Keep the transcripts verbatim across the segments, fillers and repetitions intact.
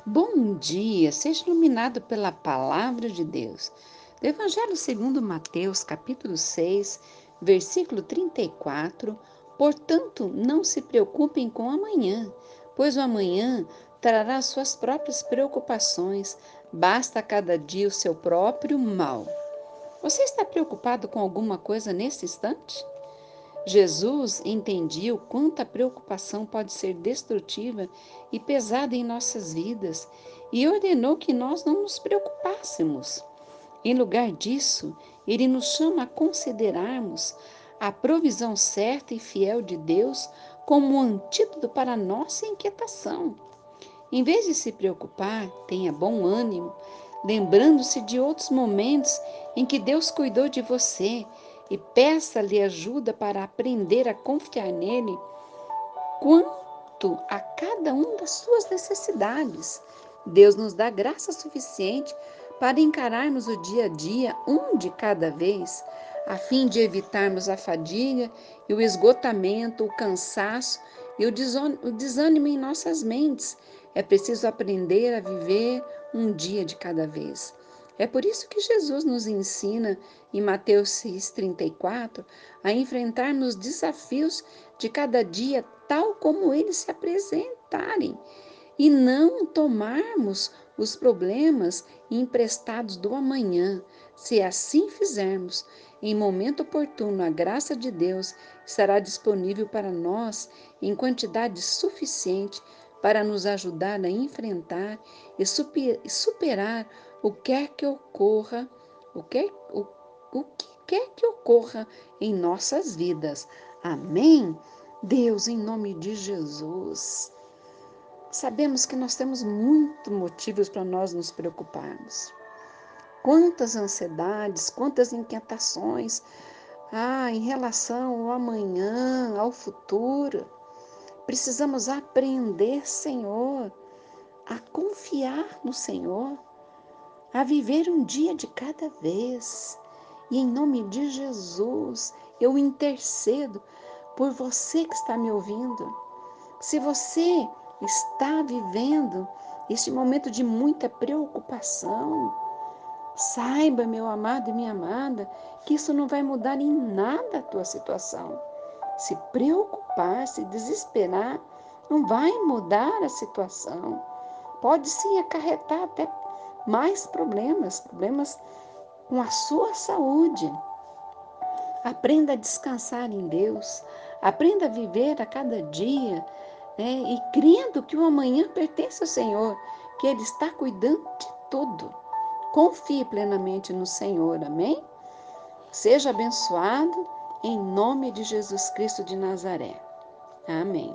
Bom dia, seja iluminado pela palavra de Deus. Do Evangelho segundo Mateus, capítulo seis, versículo trinta e quatro. Portanto, não se preocupem com o amanhã, pois o amanhã trará suas próprias preocupações. Basta a cada dia o seu próprio mal. Você está preocupado com alguma coisa nesse instante? Jesus entendia o quanto a preocupação pode ser destrutiva e pesada em nossas vidas e ordenou que nós não nos preocupássemos. Em lugar disso, ele nos chama a considerarmos a provisão certa e fiel de Deus como um antídoto para a nossa inquietação. Em vez de se preocupar, tenha bom ânimo, lembrando-se de outros momentos em que Deus cuidou de você e peça-lhe ajuda para aprender a confiar nele quanto a cada uma das suas necessidades. Deus nos dá graça suficiente para encararmos o dia a dia, um de cada vez, a fim de evitarmos a fadiga e o esgotamento, o cansaço e o desânimo em nossas mentes. É preciso aprender a viver um dia de cada vez. É por isso que Jesus nos ensina, em Mateus seis, trinta e quatro, a enfrentarmos os desafios de cada dia tal como eles se apresentarem e não tomarmos os problemas emprestados do amanhã. Se assim fizermos, em momento oportuno, a graça de Deus estará disponível para nós em quantidade suficiente para nos ajudar a enfrentar e superar o que quer que ocorra, o que, o, o que quer que ocorra em nossas vidas. Amém? Deus, em nome de Jesus. Sabemos que nós temos muitos motivos para nós nos preocuparmos. Quantas ansiedades, quantas inquietações, ah, em relação ao amanhã, ao futuro. Precisamos aprender, Senhor, a confiar no Senhor, a viver um dia de cada vez. E em nome de Jesus, eu intercedo por você que está me ouvindo. Se você está vivendo este momento de muita preocupação, saiba, meu amado e minha amada, que isso não vai mudar em nada a tua situação. Se preocupar, se desesperar, não vai mudar a situação. Pode sim acarretar até mais problemas, problemas com a sua saúde. Aprenda a descansar em Deus, aprenda a viver a cada dia, né? E crendo que o amanhã pertence ao Senhor, que Ele está cuidando de tudo. Confie plenamente no Senhor, amém? Seja abençoado em nome de Jesus Cristo de Nazaré. Amém.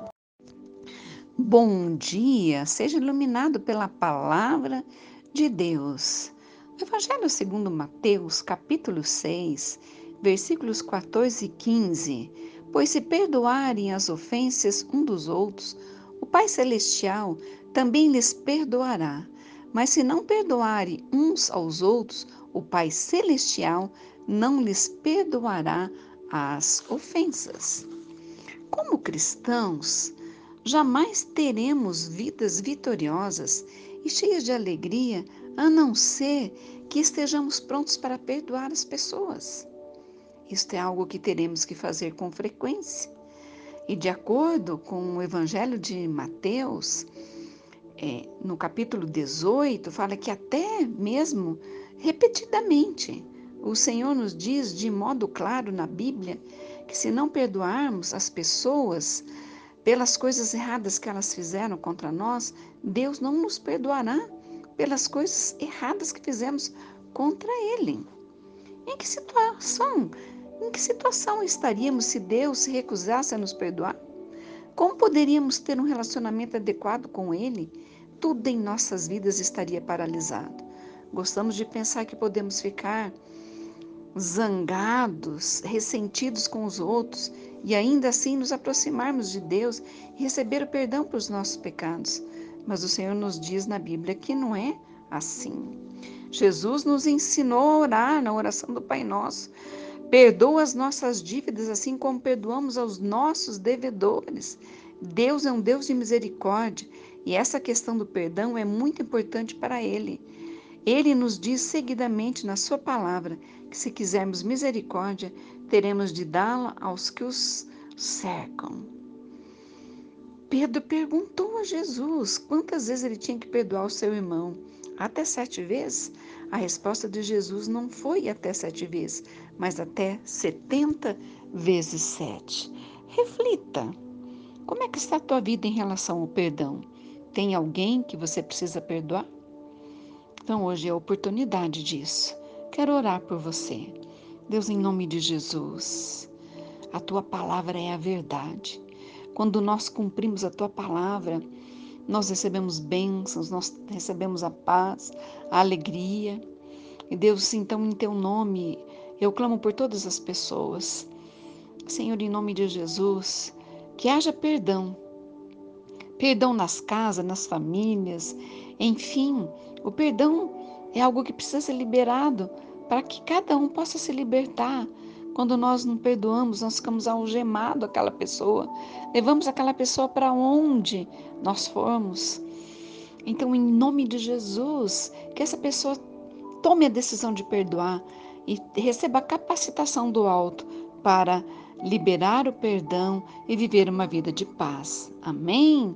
Bom dia, seja iluminado pela palavra de Deus. O Evangelho segundo Mateus, capítulo seis, versículos quatorze e quinze. Pois se perdoarem as ofensas um dos outros, o Pai Celestial também lhes perdoará. Mas se não perdoarem uns aos outros, o Pai Celestial não lhes perdoará as ofensas. Como cristãos, jamais teremos vidas vitoriosas e cheias de alegria, a não ser que estejamos prontos para perdoar as pessoas. Isto é algo que teremos que fazer com frequência. E de acordo com o Evangelho de Mateus, é, no capítulo dezoito, fala que até mesmo repetidamente o Senhor nos diz de modo claro na Bíblia que se não perdoarmos as pessoas pelas coisas erradas que elas fizeram contra nós, Deus não nos perdoará pelas coisas erradas que fizemos contra Ele. Em que situação, em que situação estaríamos se Deus se recusasse a nos perdoar? Como poderíamos ter um relacionamento adequado com Ele? Tudo em nossas vidas estaria paralisado. Gostamos de pensar que podemos ficar zangados, ressentidos com os outros e ainda assim nos aproximarmos de Deus e receber o perdão pelos nossos pecados. Mas o Senhor nos diz na Bíblia que não é assim. Jesus nos ensinou a orar na oração do Pai Nosso. Perdoa as nossas dívidas assim como perdoamos aos nossos devedores. Deus é um Deus de misericórdia E essa questão do perdão é muito importante para Ele. Ele nos diz seguidamente na sua palavra que se quisermos misericórdia, teremos de dá-la aos que os cercam. Pedro perguntou a Jesus quantas vezes ele tinha que perdoar o seu irmão. Até sete vezes? A resposta de Jesus não foi até sete vezes, mas até setenta vezes sete. Reflita, como é que está a tua vida em relação ao perdão? Tem alguém que você precisa perdoar? Então hoje é a oportunidade disso. Quero orar por você. Deus, em nome de Jesus, a tua palavra é a verdade. Quando nós cumprimos a tua palavra, nós recebemos bênçãos, nós recebemos a paz, a alegria. E Deus, então, em teu nome, eu clamo por todas as pessoas. Senhor, em nome de Jesus, que haja perdão. Perdão nas casas, nas famílias, enfim, o perdão é algo que precisa ser liberado para que cada um possa se libertar. Quando nós não perdoamos, nós ficamos algemados àquela pessoa, levamos aquela pessoa para onde nós formos. Então, em nome de Jesus, que essa pessoa tome a decisão de perdoar e receba a capacitação do alto para liberar o perdão e viver uma vida de paz. Amém?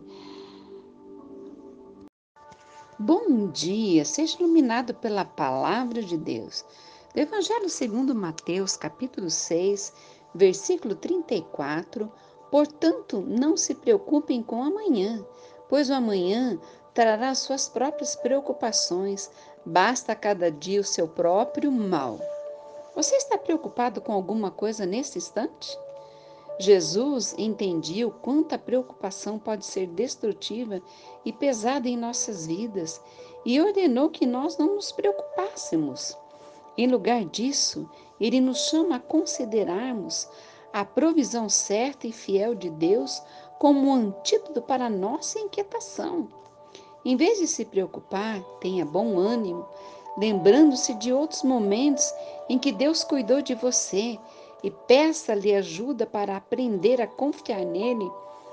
Bom dia, seja iluminado pela palavra de Deus. Do Evangelho segundo Mateus, capítulo seis, versículo trinta e quatro. Portanto, não se preocupem com o amanhã, pois o amanhã trará suas próprias preocupações. Basta a cada dia o seu próprio mal. Você está preocupado com alguma coisa nesse instante? Jesus entendia o quanto a preocupação pode ser destrutiva e pesada em nossas vidas e ordenou que nós não nos preocupássemos. Em lugar disso, ele nos chama a considerarmos a provisão certa e fiel de Deus como um antídoto para a nossa inquietação. Em vez de se preocupar, tenha bom ânimo, lembrando-se de outros momentos em que Deus cuidou de você e peça-lhe ajuda para aprender a confiar nele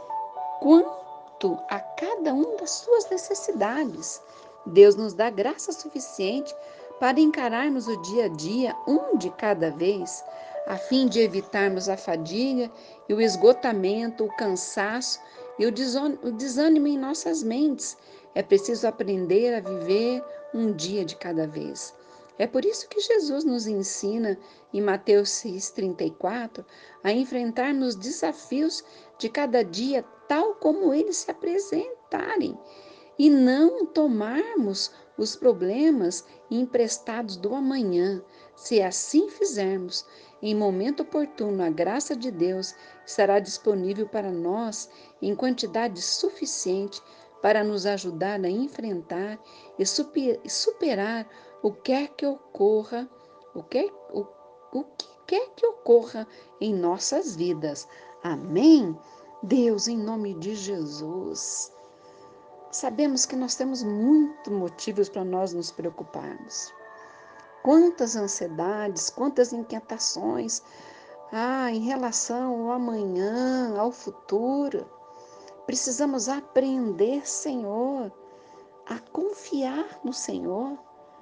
quanto a cada uma das suas necessidades. Deus nos dá graça suficiente para encararmos o dia a dia um de cada vez, a fim de evitarmos a fadiga e o esgotamento, o cansaço e o desânimo em nossas mentes. É preciso aprender a viver um dia de cada vez. É por isso que Jesus nos ensina, em Mateus seis, trinta e quatro, a enfrentarmos desafios de cada dia tal como eles se apresentarem e não tomarmos os problemas emprestados do amanhã. Se assim fizermos, em momento oportuno, a graça de Deus estará disponível para nós em quantidade suficiente para nos ajudar a enfrentar e superar o que quer que ocorra, o que, o, o que quer que ocorra em nossas vidas. Amém? Deus, em nome de Jesus, sabemos que nós temos muitos motivos para nós nos preocuparmos. Quantas ansiedades, quantas inquietações, ah, em relação ao amanhã, ao futuro. Precisamos aprender, Senhor, a confiar no Senhor,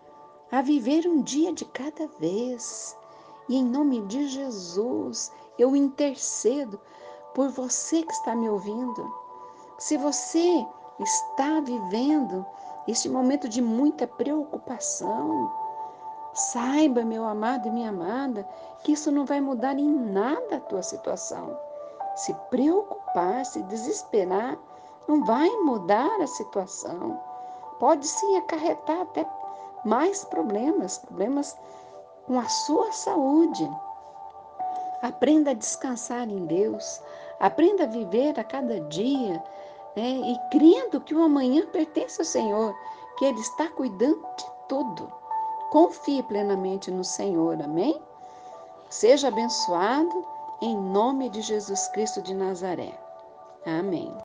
a viver um dia de cada vez. E em nome de Jesus, eu intercedo por você que está me ouvindo. Se você está vivendo este momento de muita preocupação, saiba, meu amado e minha amada, que isso não vai mudar em nada a tua situação. Se preocupar, se desesperar, não vai mudar a situação. Pode sim acarretar até mais problemas, problemas com a sua saúde. Aprenda a descansar em Deus, aprenda a viver a cada dia, né, e crendo que o amanhã pertence ao Senhor, que Ele está cuidando de tudo. Confie plenamente no Senhor, amém? Seja abençoado em nome de Jesus Cristo de Nazaré. Amém.